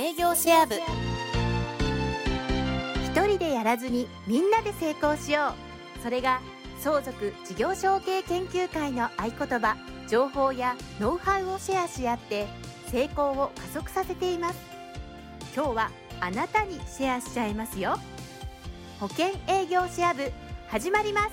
営業シェア部。 一人でやらずにみんなで成功しよう。それが相続事業承継研究会の合言葉、情報やノウハウをシェアし合って成功を加速させています。今日はあなたにシェアしちゃいますよ。保険営業シェア部始まります。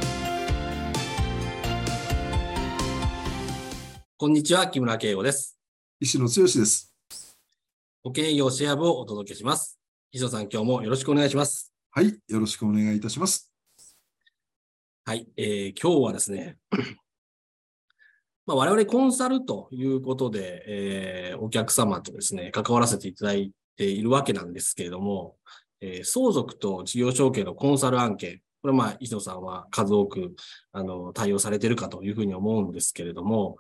こんにちは、木村圭吾です。 石野剛です。 保険営業シェア部をお届けします。石野さん、今日もよろしくお願いします。 はい、よろしくお願いいたします。 はい、今日はですね、我々コンサルということで、お客様とですね、関わらせていただいているわけなんですけれども、相続と事業承継のコンサル案件、これは石野さんは数多く対応されているかというふうに思うんですけれども、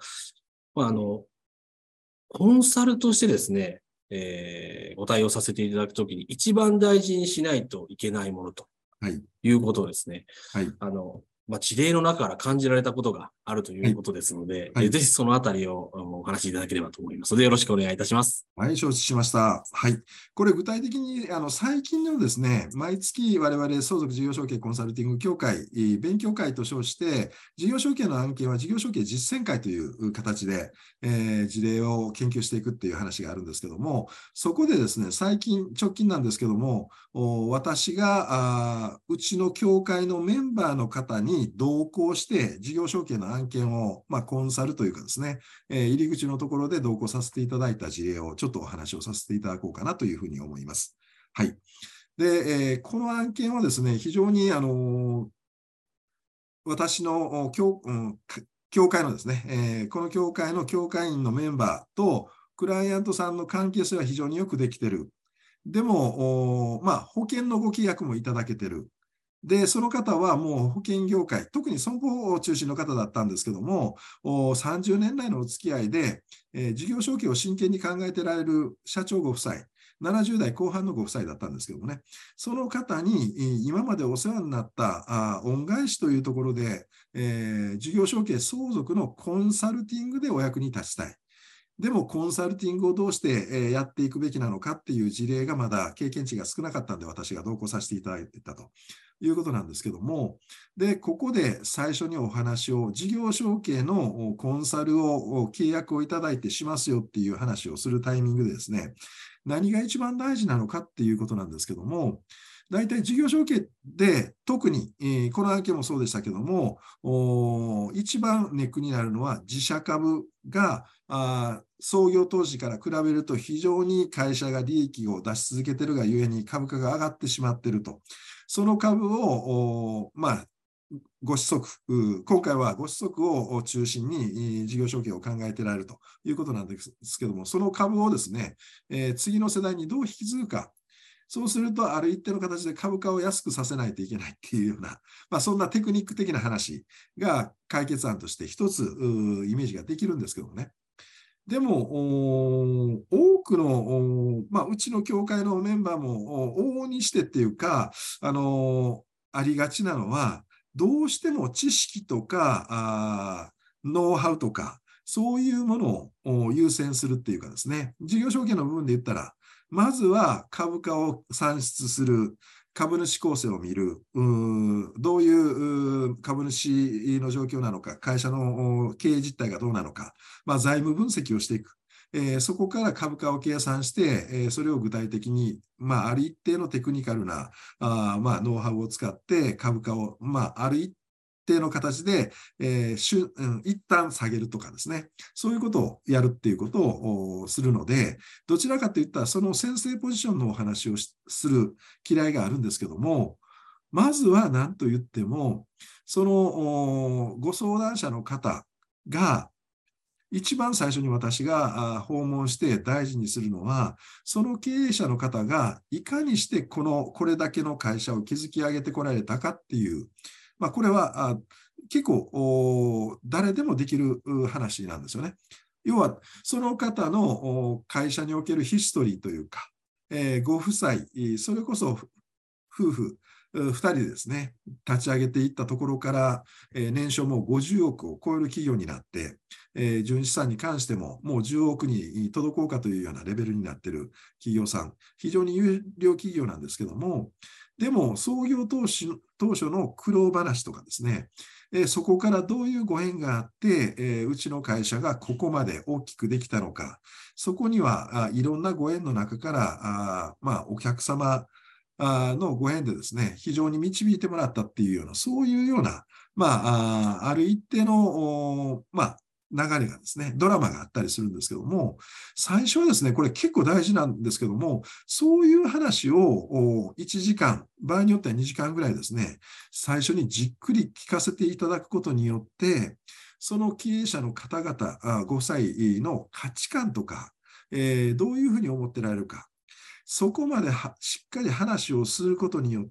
コンサルとしてですね、ご対応させていただくときに一番大事にしないといけないものということをですね、 はい、 事例の中から感じられたことがあるということですので、ぜひそのあたりをお話しいただければと思いますので、よろしくお願いいたします。 はい、承知しました。はい。これ具体的に、最近のですね、毎月我々相続事業承継コンサルティング協会、勉強会と称して、事業承継の案件は事業承継実践会という形で、事例を研究していくっていう話があるんですけども、そこでですね、直近なんですけども、私が、うちの協会のメンバーの方に同行して、事業承継の案件を、コンサルというかですね、入り口のところで同行させていただいた事例をちょっとお話をさせていただこうかなというふうに思います。はい。で、この案件はですね、非常に私の協会のですね、この協会の協会員のメンバーとクライアントさんの関係性は非常によくできている。でも、保険のご契約もいただけている。で、その方はもう保険業界、特に損保を中心の方だったんですけども、30年来のお付き合いで、事業承継を真剣に考えてられる社長ご夫妻、70代後半のご夫妻だったんですけどもね、その方に今までお世話になった恩返しというところで、事業承継相続のコンサルティングでお役に立ちたい。でもコンサルティングをどうしてやっていくべきなのかっていう事例がまだ経験値が少なかったんで私が同行させていただいたということなんですけども、で、ここで最初にお話を事業承継のコンサルを契約をいただいてしますよっていう話をするタイミングでですね、何が一番大事なのかっていうことなんですけども、大体事業承継で特に、この案件もそうでしたけども、一番ネックになるのは自社株が創業当時から比べると非常に会社が利益を出し続けているがゆえに株価が上がってしまっていると。その株を、ご子息、今回はご子息を中心に事業承継を考えていられるということなんですけども、その株をですね、次の世代にどう引き継ぐか。そうすると、ある一定の形で株価を安くさせないといけないっていうような、そんなテクニック的な話が解決案として一つイメージができるんですけどもね。でも、多くの、うちの協会のメンバーも往々にしてっていうか、ありがちなのは、どうしても知識とか、ノウハウとか、そういうものを優先するっていうかですね、事業承継の部分で言ったら、まずは株価を算出する、株主構成を見る、どういう株主の状況なのか、会社の経営実態がどうなのか、財務分析をしていく。そこから株価を計算して、それを具体的に、ある一定のテクニカルな、ノウハウを使って株価を、ある一定の形で、一旦下げるとかですね。そういうことをやるっていうことをするので、どちらかといったらその先生ポジションのお話をする嫌いがあるんですけども、まずは何と言っても、そのご相談者の方が、一番最初に私が訪問して大事にするのは、その経営者の方がいかにしてこれだけの会社を築き上げてこられたかっていう、これは結構誰でもできる話なんですよね。要は、その方の会社におけるヒストリーというか、ご夫妻、それこそ夫婦、 2人でですね、立ち上げていったところから、年商も50億を超える企業になって、純資産に関してももう10億に届こうかというようなレベルになっている企業さん、非常に優良企業なんですけども、でも創業当初の苦労話とかですね、そこからどういうご縁があって、うちの会社がここまで大きくできたのか、そこにはいろんなご縁の中からお客様のご縁でですね、非常に導いてもらったっていうような、そういうような、ある一定の、流れがですね、ドラマがあったりするんですけども、最初はですね、これ結構大事なんですけども、そういう話を1時間、場合によっては2時間ぐらいですね、最初にじっくり聞かせていただくことによって、その経営者の方々、ご夫妻の価値観とか、どういうふうに思ってられるか、そこまでしっかり話をすることによって、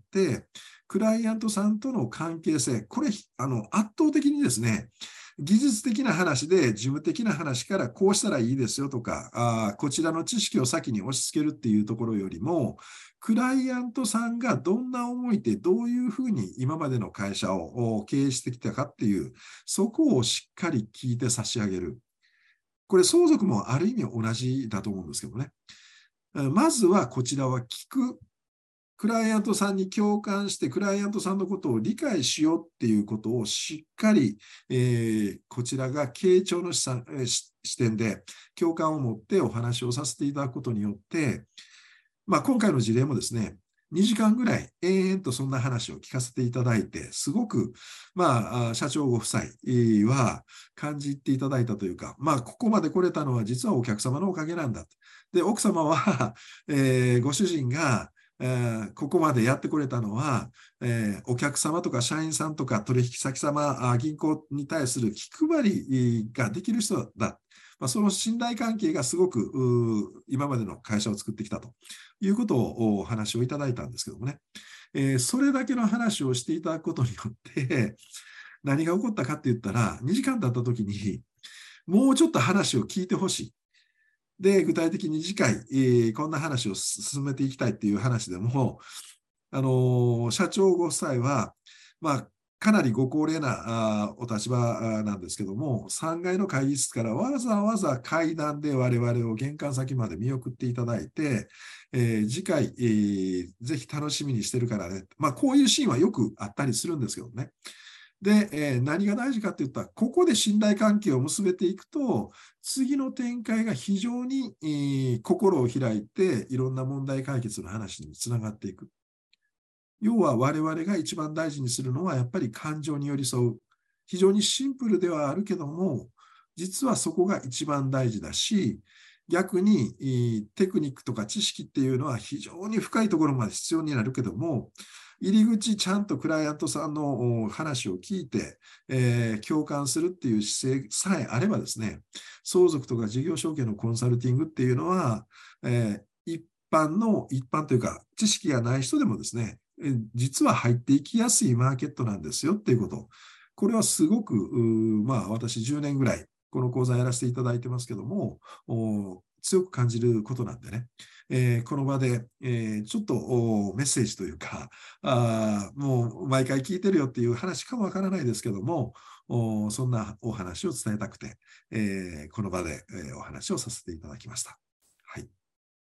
クライアントさんとの関係性、これ、圧倒的にですね、技術的な話で事務的な話からこうしたらいいですよとか、こちらの知識を先に押し付けるっていうところよりも、クライアントさんがどんな思いでどういうふうに今までの会社を経営してきたかっていう、そこをしっかり聞いて差し上げる。これ相続もある意味同じだと思うんですけどね。まずはこちらは聞く。クライアントさんに共感して、クライアントさんのことを理解しようっていうことをしっかり、こちらが傾聴の視点で共感を持ってお話をさせていただくことによって、今回の事例もですね、2時間ぐらい延々とそんな話を聞かせていただいて、すごく、社長ご夫妻は感じていただいたというか、ここまで来れたのは実はお客様のおかげなんだ。で、奥様は、ご主人が、ここまでやってこれたのは、お客様とか社員さんとか取引先様、銀行に対する気配りができる人だ。その信頼関係がすごく今までの会社を作ってきたということをお話をいただいたんですけどもね、それだけの話をしていただくことによって何が起こったかって言ったら、2時間経った時にもうちょっと話を聞いてほしい。で、具体的に次回、こんな話を進めていきたいっていう話でも、社長ご夫妻は、かなりご高齢なお立場なんですけども、3階の会議室からわざわざ階段で我々を玄関先まで見送っていただいて、次回、ぜひ楽しみにしてるからね。こういうシーンはよくあったりするんですけどね。で、何が大事かって言ったら、ここで信頼関係を結べていくと、次の展開が非常に、心を開いて、いろんな問題解決の話につながっていく。要は我々が一番大事にするのは、やっぱり感情に寄り添う。非常にシンプルではあるけども、実はそこが一番大事だし、逆にテクニックとか知識っていうのは非常に深いところまで必要になるけども、入り口ちゃんとクライアントさんの話を聞いて、共感するっていう姿勢さえあればですね、相続とか事業承継のコンサルティングっていうのは、一般というか知識がない人でもですね、実は入っていきやすいマーケットなんですよっていうこと。これはすごく、私10年ぐらいこの講座やらせていただいてますけども、強く感じることなんでね、この場で、ちょっとメッセージというか、もう毎回聞いてるよっていう話かもわからないですけども、そんなお話を伝えたくて、この場で、お話をさせていただきました。はい。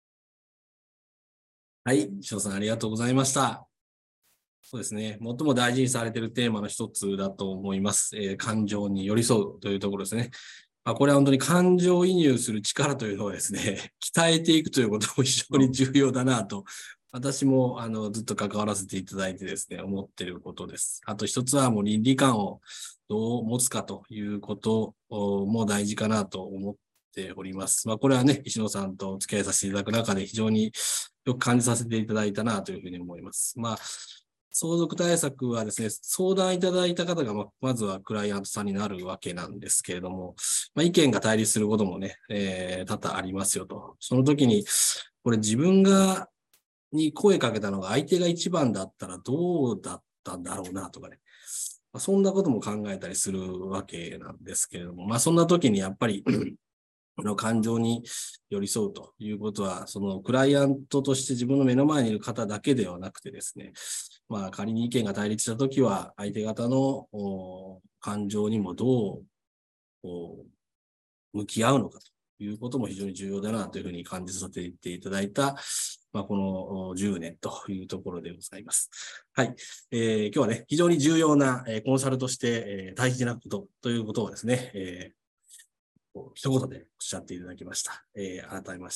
はい、石野さんありがとうございました。そうですね。最も大事にされているテーマの一つだと思います。感情に寄り添うというところですね。これは本当に感情移入する力というのをですね、鍛えていくということも非常に重要だなと、私もずっと関わらせていただいてですね、思っていることです。あと一つはもう倫理観をどう持つかということも大事かなと思っております。これはね、石野さんとお付き合いさせていただく中で非常によく感じさせていただいたなというふうに思います。相続対策はですね、相談いただいた方がまずはクライアントさんになるわけなんですけれども、意見が対立することもね、多々ありますよと。その時に、これ自分に声かけたのが相手が一番だったらどうだったんだろうなとかね。そんなことも考えたりするわけなんですけれども、そんな時にやっぱりの感情に寄り添うということは、そのクライアントとして自分の目の前にいる方だけではなくてですね、仮に意見が対立したときは、相手方の感情にもどう向き合うのかということも非常に重要だなというふうに感じさせていただいた、この10年というところでございます。はい。今日はね、非常に重要なコンサルとして大事なことということをですね、一言でおっしゃっていただきました。改めまして、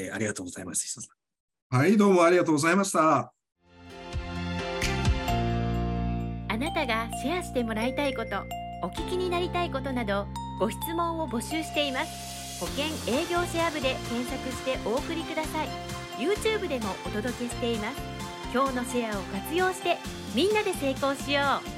ありがとうございます。石田さん。 はい、どうもありがとうございました。 あなたがシェアしてもらいたいこと、お聞きになりたいことなど、ご質問を募集しています。保険営業シェア部で検索してお送りください。YouTube でもお届けしています。今日のシェアを活用して、みんなで成功しよう。